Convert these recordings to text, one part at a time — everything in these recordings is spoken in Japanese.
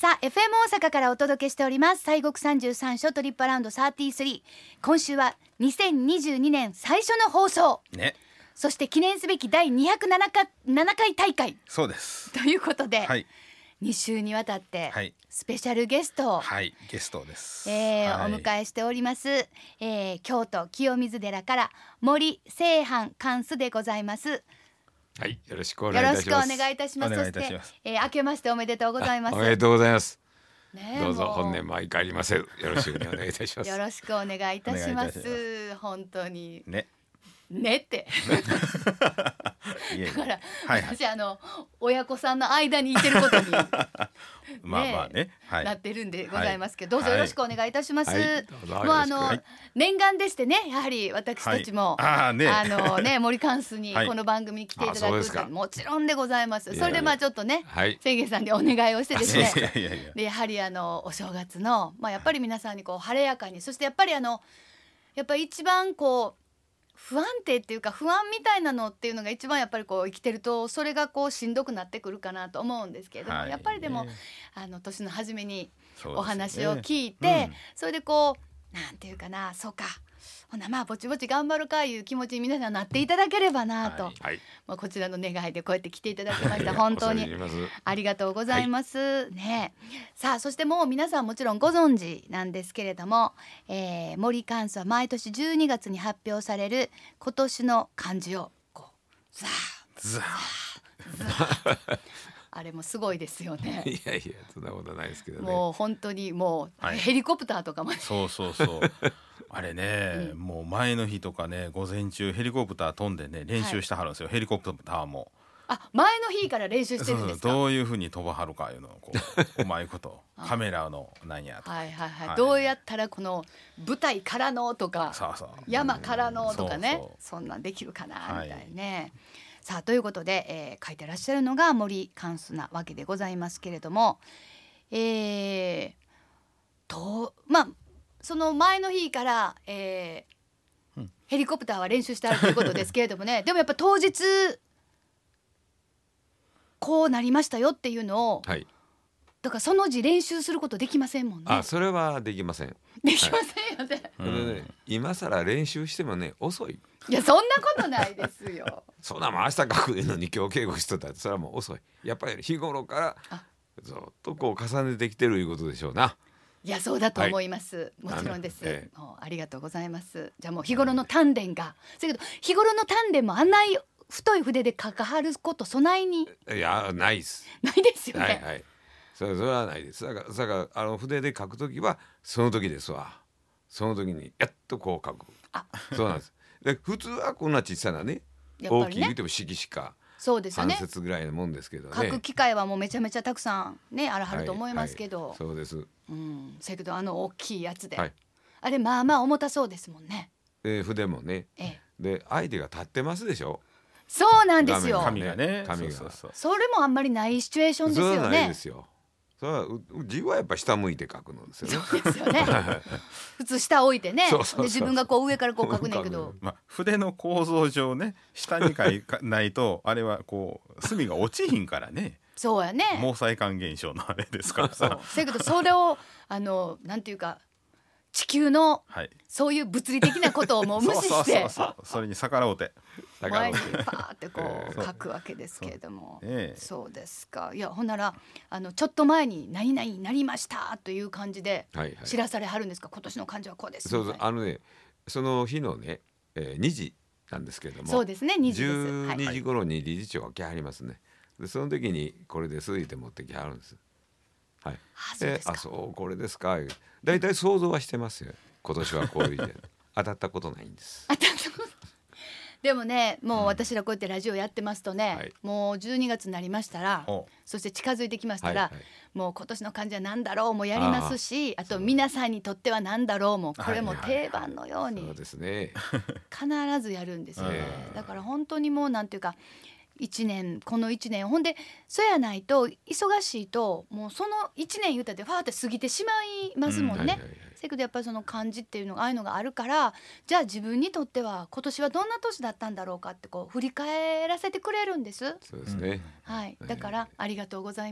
さあ FM 大阪からお届けしております西国33所トリップアラウンド33。今週は2022年最初の放送、 ね、 そして記念すべき第207回大会そうですということで、 はい、 2週にわたってはいスペシャルゲストを、 はいゲストです、 おはい、 迎えしております、京都清水寺から森清範貫主でございます。 はい、よろしくお願いいたします。 よろしくお願いいたします。 お願いいたします。 そして、明けましておめでとうございます。 おめでとうございます、 ね、 どうぞも本年も相変わりません、よろしくお願いいたします。 よろしくお願いいたしまお願いいたしす。本当にねねっていえいえだから、 はいはい、 私親子さんの間にいてることにまあまあね、はい、 なってるんでございますけど、どうぞよろしくお願いいたします。 はいどうぞよろしくもうはい念願でしてね、やはり私たちも、 はい、ね森貫主にはいこの番組に来ていただくってあそうですかもちろんでございます。 いやいやそれでまあちょっとね、 はい千家さんにお願いをしてですね、 いやいやいやでやはりお正月の、やっぱり皆さんにこう晴れやかに、そしてやっぱりやっぱり一番こう不安定っていうか不安みたいなのっていうのが一番やっぱりこう生きてるとそれがこうしんどくなってくるかなと思うんですけれども、 はいやっぱりでも、 ね年の初めにそうですねお話を聞いて、それでこうなんていうかな、そうかほなまあぼちぼち頑張るかいう気持ちに皆さんなっていただければなと、 はいはい、 こちらの願いでこうやって来ていただきました本当に恐れ入ります。 ありがとうございます、ね。さあそしてもう皆さんもちろんご存知なんですけれども、森貫主は毎年12月に発表される今年の漢字をこうザザーあれもすごいですよね。 いやいやそんなことないですけどね。 もう本当にもう、 はいヘリコプターとかまでそうそうそうあれね、もう前の日とかね午前中ヘリコプター飛んでね練習してはるんですよ、ヘリコプターも。 前の日から練習してるんですか。 どういうふうに飛ばはるかいうのをこううまいことカメラのなんやとか、 はいはいはい、 はいどうやったらこの舞台からのとかそうそう山からのとかね、 そうそんなんできるかなはいみたいね、さあということで、書いてらっしゃるのが森貫主なわけでございますけれども、その前の日から、ヘリコプターは練習してあるということですけれどもねでもやっぱ当日こうなりましたよっていうのを、 はい、 だからその字練習することできませんもんね。 あそれはできません。 できませんよね、 それでね、今更練習してもね遅い。 いやそんなことないですよそんなもん明日書くのに今日稽古しとったらそれはもう遅い。やっぱり日頃からずっとこう重ねてきてるいうことでしょうな。 いやそうだと思います、もちろんです、 ええもうありがとうございます。じゃあもう日頃の鍛錬が、だけど日頃の鍛錬もあんな太い筆で書かはることそないにいやないですないですよね、 はいはい、それはないです。だから筆で書くときはその時ですわ。その時にやっとこう書く。そうなんです。で普通はこんな小さなねやっぱりね大きい言うても色紙かそうですよね、 半節ぐらいのもんですけどね。 書く機会はもうめちゃめちゃたくさんねあらはると思いますけど、 はいはい、そうです。 せやけど大きいやつで、 はい、 あれまあまあ重たそうですもんね。 筆もね、で相手が立ってますでしょ。 そうなんですよ。 紙がね紙がそうそれもあんまりないシチュエーションですよね。 それはないですよ。それは字はやっぱ下向いて書くのですよね。 そうですよね普通下置いてねそうそうそうで自分がこう上からこう書くねんけど筆の構造上ね下に書かないとあれはこう墨が落ちひんからねそうやね毛細管現象のあれですからさせやけどそれをなんていうか地球のはいそういう物理的なことをもう無視してそれに逆らうて前にパーってこう書くわけですけれども、そうですか。いやほんならちょっと前に何々になりましたという感じで知らされはるんですか、今年の漢字はこうですそうねその日のね、2時なんですけれども、 そうですね2時です、 12時頃に理事長が来はりますね。でその時にこれですいて持ってきはるんです。はい、 そうですか。 そうこれですか。だいたい想像はしてますよ。今年はこういう字で当たったことないんです。 でもねもう私らこうやってラジオやってますとね、もう12月になりましたらそして近づいてきましたら、もう今年の漢字は何だろうもやりますし、あと皆さんにとっては何だろうもこれも定番のようにそうですね必ずやるんですよね。だから本当にもうなんていうかこの1年ほんでそやないと忙しいともうその1年言うたってファーって過ぎてしまいますもんね。せやけどやっぱりその漢字っていうのがああいうのがあるからじゃあ自分にとっては今年はどんな年だったんだろうかってこう振り返らせてくれるんです。 そうですね、 はい、だからありがとうございます。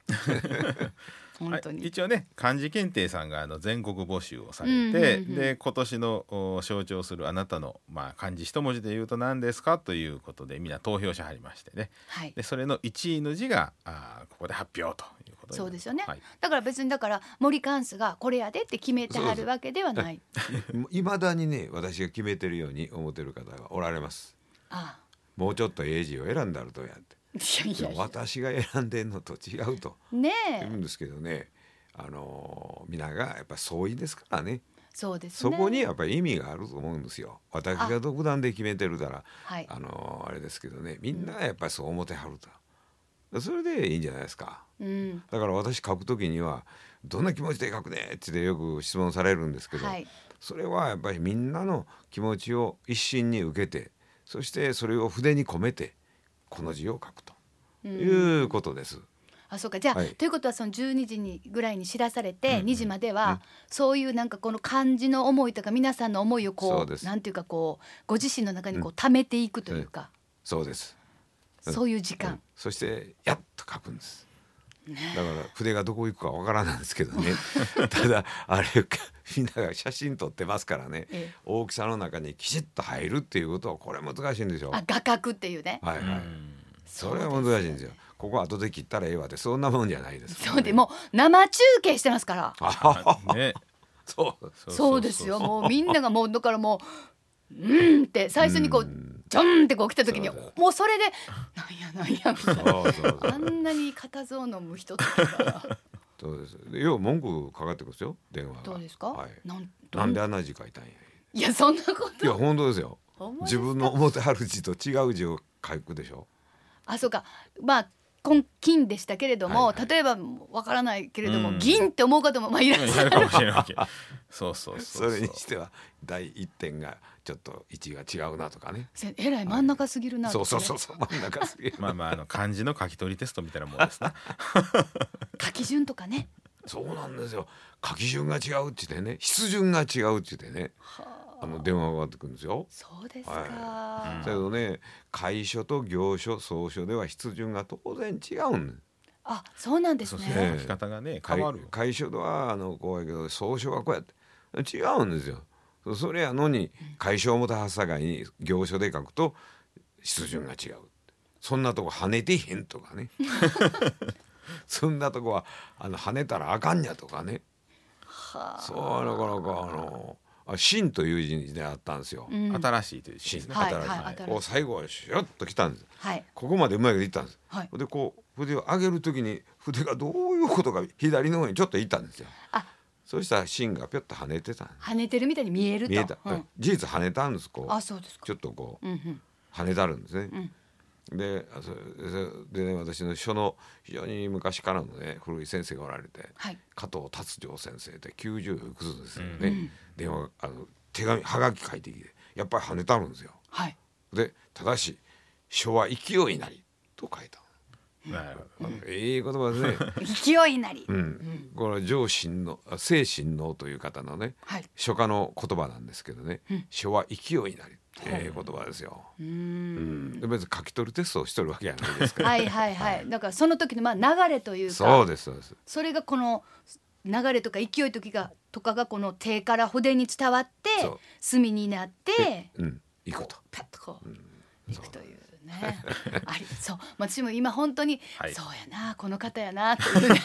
本当に、 はい、一応ね漢字検定さんが全国募集をされて、で今年の象徴するあなたの、漢字一文字で言うと何ですかということでみんな投票しはりましてね、はい、でそれの1位の字がここで発表ということで、 そうですよね、 はい、 だから別に森貫主がこれやでって決めてはるわけではない。 いまだにね私が決めてるように思ってる方がおられます。 ああ、 もうちょっと英字を選んだらどうやって、いや私が選んでんのと違うとね言うんですけどね、皆がやっぱ相違ですからね。 そうですね、 そこにやっぱり意味があると思うんですよ。私が独断で決めてるから あれですけどね、みんなやっぱりそう思ってはると、それでいいんじゃないですか、だから私書くときにはどんな気持ちで書くねってよく質問されるんですけど、それはやっぱりみんなの気持ちを一心に受けて、そしてそれを筆に込めてこの字を書くということです。 あ、そうか。じゃあ、ということはその12時にぐらいに知らされて、2時までは、そういうなんかこの漢字の思いとか皆さんの思いをなんていうかご自身の中に溜めていくというか、 そうです、 そういう時間、 そしてやっと書くんです、だから筆がどこ行くかわからないんですけどねただあれみんなが写真撮ってますからね、大きさの中にきちっと入るっていうことはこれ難しいんでしょ。 画角っていうね、 それは難しいんですよ。ここ後で切ったらええわってそんなもんじゃないです、ね、 そうでもう生中継してますからね、 そうですよ。もうみんながもうだからもうって最初にジョンって来た時にもうそれでなんやみたいな、あんなに固唾を飲む人とかそうです。よう文句かかってくるんですよ、電話が。 どうですか、 なんであんな字書いたんや。 いやそんなこと。 いや本当ですよ。自分の思ってはる字と違う字を書くでしょ。 あ、そうか。金でしたけれども、例えばわからないけれども、銀って思う方もいらっしゃるかもしれない。 それにしては第一点がちょっと位置が違うなとかね。 えらい真ん中すぎるなとか、 そう真ん中すぎる漢字の書き取りテストみたいなもんですね書き順とかね。 そうなんですよ。書き順が違うって言ってね、筆順が違うって言ってね、電話がかかってくるんですよ。 そうですか。 だけどね、楷書と行書草書では筆順が当然違うんです。 あ、そうなんですね。 書き方がね変わる。 楷書ではこうやけど草書はこうやって違うんですよ。それやのに楷書をもたはさかいに行書で書くと筆順が違う。そんなとこ跳ねてへんとかねそんなとこは跳ねたらあかんやとかね。そうなかなか新という字であったんですよ、 新しいという字ですね。 最後はシュッときたんです、ここまでうまいこといったんです、でこう筆を上げるときに筆がどういうことか左の方にちょっといったんですよ。そうしたら芯がぴょっと跳ねてた。 跳ねてるみたいに見えると。 事実跳ねたんです。 そうですか。 ちょっと跳ねたるんですね、でね、私の書の非常に昔からのね古い先生がおられて、加藤達丈先生って90いくつですよね、電話手紙はがき書いてきてやっぱり跳ねたるんですよ、でただし書は勢いなりと書いた。いい言葉ですね勢いなり、 これ上親王清親王という方のね、書家の言葉なんですけどね、書は勢いなり言葉ですよ。で別に書き取るテストをしとるわけじゃないですからだからその時の流れというか、 そうですそれがこの流れとか勢いとかがこの手から筆に伝わって墨になっていくとパッとこういくというねそう私も今本当にそうやなこの方やなというね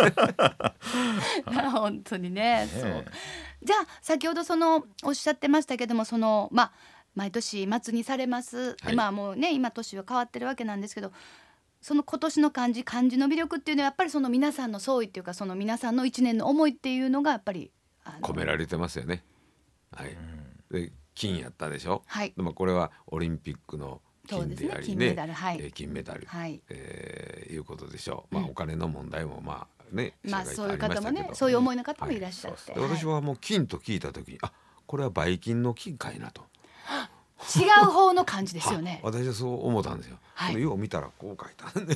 本当にね。そうじゃあ先ほどおっしゃってましたけども毎年末にされます、もうね今年は変わってるわけなんですけど、その今年の漢字の魅力っていうのはやっぱりその皆さんの創意っていうかその皆さんの一年の思いっていうのがやっぱり込められてますよね。で金やったでしょ、でもこれはオリンピックの金でありね、金メダルいうことでしょう。お金の問題もそういう方もね、そういう思いの方もいらっしゃって、 私はもう金と聞いた時にこれはばい金の金かいなと。 違う方の漢字ですよね。 私はそう思ったんですよ。よう見たらこう書いたんで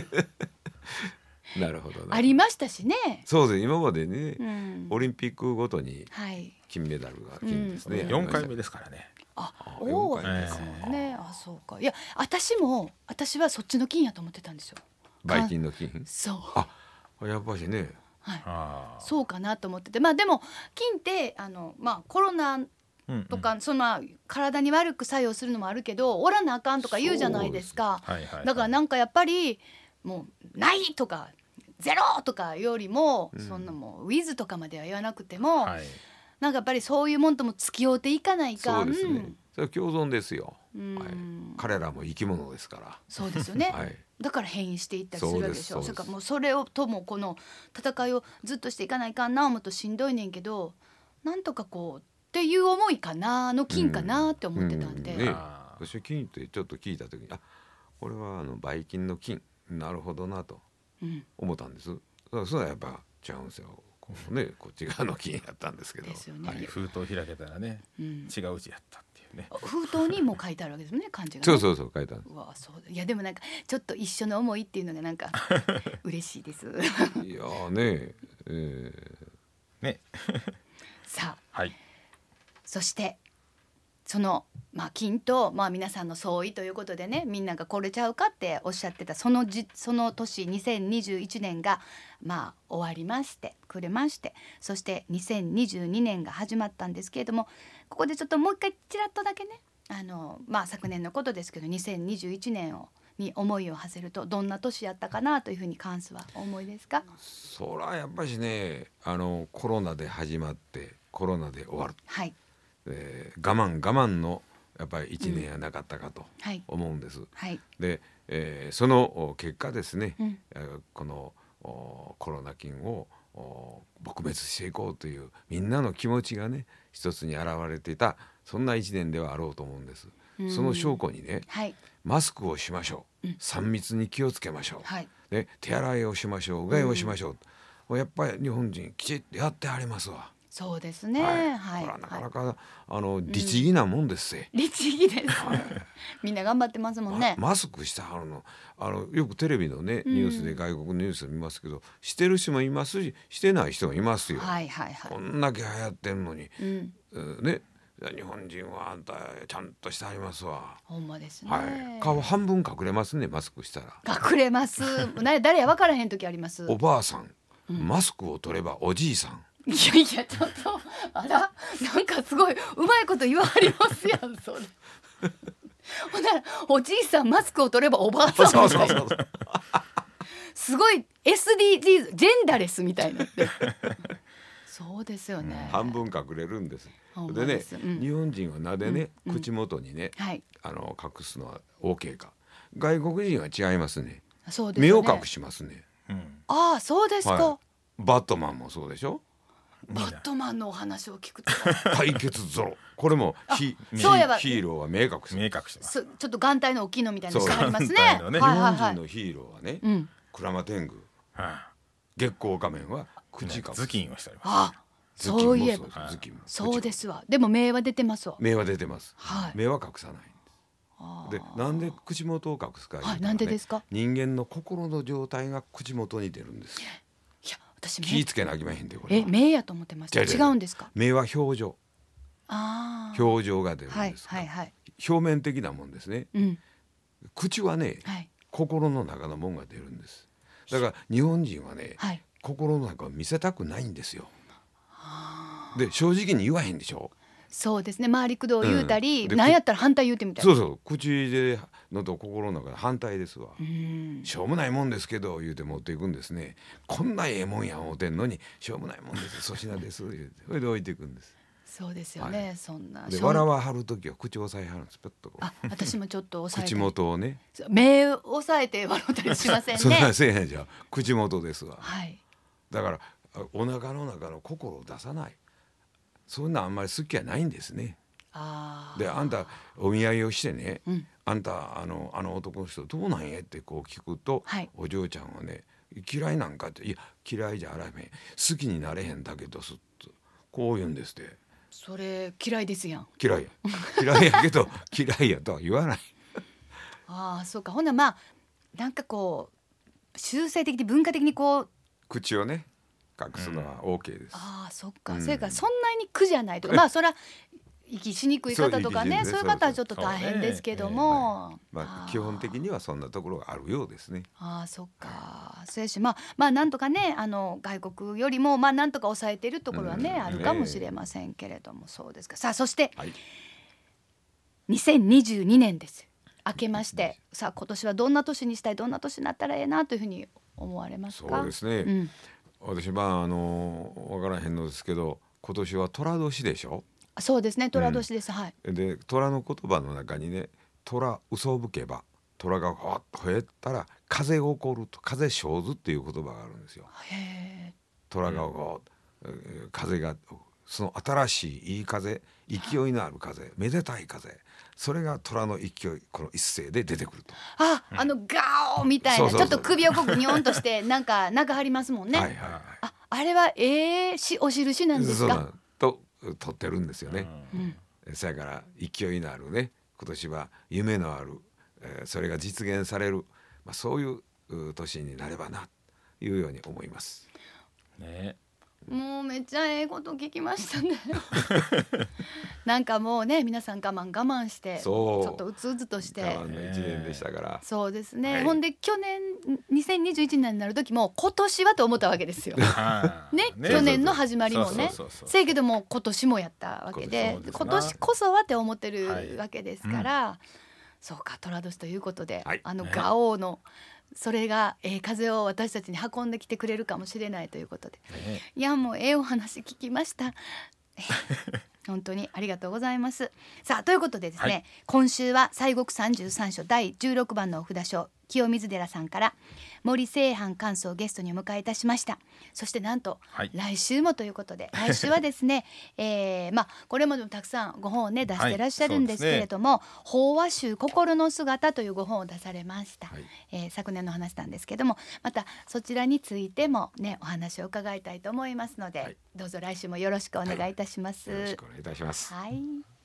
なるほどね。 ありましたしね。 そうです。今までね、オリンピックごとに金メダルが金ですね。 4回目ですからね。 多いですもんね。そうか。いや私はそっちの金やと思ってたんですよ。 ばい金の金。 そう。 やっぱしね、 はい、そうかなと思ってて、まあでも菌ってコロナとか、その体に悪く作用するのもあるけどおらなあかんとか言うじゃないですか。だからなんかやっぱりもうないとかゼロとかよりも、そんなもうウィズとかまでは言わなくても、なんかやっぱりそういうもんとも付き合うていかないか。 そうですね、それは共存ですよ、彼らも生き物ですから。 そうですよね、だから変異していったりするわけでしょ。それからもうそれをともこの戦いをずっとしていかないかんな思うとしんどいねんけど、なんとかこうっていう思いかなの菌かなって思ってたんで、 私菌ってちょっと聞いた時にこれはばい菌の菌なるほどなと思ったんです。それはやっぱ違うんですよ。こっち側の菌やったんですけど、 封筒開けたらね、違う字やったっていうね。 封筒にも書いてあるわけですね、漢字が、 そう書いてある。 うわ、そういやでもなんかちょっと一緒の思いっていうのがなんか嬉しいですいやねねさあ、そしてその菌と皆さんの相違ということでね、みんながこれちゃうかっておっしゃってたその年2021年が終わりましてくれまして、そして2022年が始まったんですけれども、ここでちょっともう一回ちらっとだけね、昨年のことですけど2021年に思いを馳せるとどんな年やったかなというふうに関すはお思いですか？ そらやっぱりね、コロナで始まってコロナで終わる、我慢のやっぱり1年やなかったかと思うんです、で、その結果ですね、このコロナ菌を撲滅していこうというみんなの気持ちがね一つに現れていた、そんな1年ではあろうと思うんです。その証拠にね、マスクをしましょう、3密に気をつけましょう、手洗いをしましょう、うがいをしましょう、やっぱり日本人きちっとやってありますわ。 そうですね、 これはなかなか律儀なもんですせ。 律儀です、みんな頑張ってますもんね。 マスクしてはるのよくテレビのねニュースで外国のニュース見ますけど、してる人もいますししてない人もいますよ。こんだけ流行ってんのに、ね、日本人はあんたちゃんとしてありますわ。 ほんまですね、 顔半分隠れますね、マスクしたら。 隠れます誰や分からへん時あります。 おばあさん、マスクを取ればおじいさん。 いやちょっとなんかすごいうまいこと言わはりますやんそれほんならおじいさんマスクを取ればおばあさんみたいなすごい SDGs ジェンダレスみたいになってそうですよね、 半分隠れるんです。でね、日本人はなぜね、口元にね、隠すのは OK か。外国人は違いますね。目を隠しますね。 ああそうですか、 バットマンもそうでしょ。 バットマンのお話を聞くと対決ゾロ、これもヒーローは目隠します。 ちょっと眼帯の大きいのみたいなのしてありますね。 日本人のヒーローはね、クラマテング、月光仮面は口隠し、 頭巾をしてあります。 そういえばそうですわ。でも目は出てますわ。 目は出てます、目は隠さないんです。でなんで口元を隠すか、 なんでですか。 人間の心の状態が口元に出るんです。気ぃつけなきゃいけまへんで、これ目やと思ってました。違うんですか。 目は表情、表情が出るんですから、表面的なもんですね、口はね、心の中のもんが出るんです。だから日本人はね、心の中を見せたくないんですよ。で正直に言わへんでしょ。 そうですね、回りくどを言うたり、なんやったら反対言うてみたいな。 そう口でのと心の中で反対ですわ。しょうもないもんですけど言うて持っていくんですね。こんなええもんや思てんのにしょうもないもんです粗品です言うて、それで置いていくんです。 そうですよね、そんなで笑わはる時は口を押さえはるんです。ペッと私もちょっと押さえて口元をね、 目を押さえて笑ったりしませんね。 そんなせえへんじゃん、口元ですわ。だからお腹の中の心を出さない、そんなあんまり好きはないんですね。であんたお見合いをしてね、あんたあの男の人どうなんやってこう聞くと、お嬢ちゃんはね嫌いなんかって、いや嫌いじゃあらへん、好きになれへんだけどすっとこう言うんですって。 それ嫌いですやん。 嫌いやけど嫌いやとは言わない。 そうか。ほななんかこう修正的に文化的にこう口をね隠すのは OK です。 そっか、それからそんなに苦じゃないとか、それは息しにくい方とかね、そういう方はちょっと大変ですけども、 基本的にはそんなところがあるようですね。 そっか。そうやし、なんとかね、外国よりもなんとか抑えているところはね、あるかもしれませんけれども、そうですか。さあそして、2022年です。明けまして、さあ今年はどんな年にしたい、どんな年になったらええなというふうに思われますか？ そうですね、私分からへんのですけど、今年は寅年でしょ。 そうですね、寅年です。 で寅の言葉の中にね、寅嘘吹けば、虎がほっと吠えたら風が起こると、風生ずっていう言葉があるんですよ。虎が風が、その新しいいい風、勢いのある風、めでたい風、それが虎の勢い、この一声で出てくると。 ガオーみたいな、ちょっと首をこくにょんとしてなんか中張りますもんね。あれはお印なんですか？ そうと取ってるんですよね。そやから勢いのあるね、今年は夢のある、それが実現される、そういう年になればなというように思いますね。 もうめっちゃこと聞きましたねなんかもうね、皆さん我慢してちょっとうつうつとして我慢の1年でしたから。 そうですね、ほんで去年2021年になる時も今年はと思ったわけですよ去年の始まりもね、せやけども今年もやったわけで、今年こそはって思ってるわけですから、そうか、寅年ということで、ガオーのそれが風を私たちに運んできてくれるかもしれないということで、いやもうお話聞きました本当にありがとうございます。さあということでですね、今週は西国33所第16番のお札書、清水寺さんから森清範貫主をゲストにお迎えいたしました。そしてなんと、来週もということで、来週はですねこれまでもたくさんご本をね出してらっしゃるんですけれども、法話集心の姿というご本を出されました。昨年の話なんですけども、またそちらについてもねお話を伺いたいと思いますので、どうぞ来週もよろしくお願いいたします。 よろしくお願いいたします。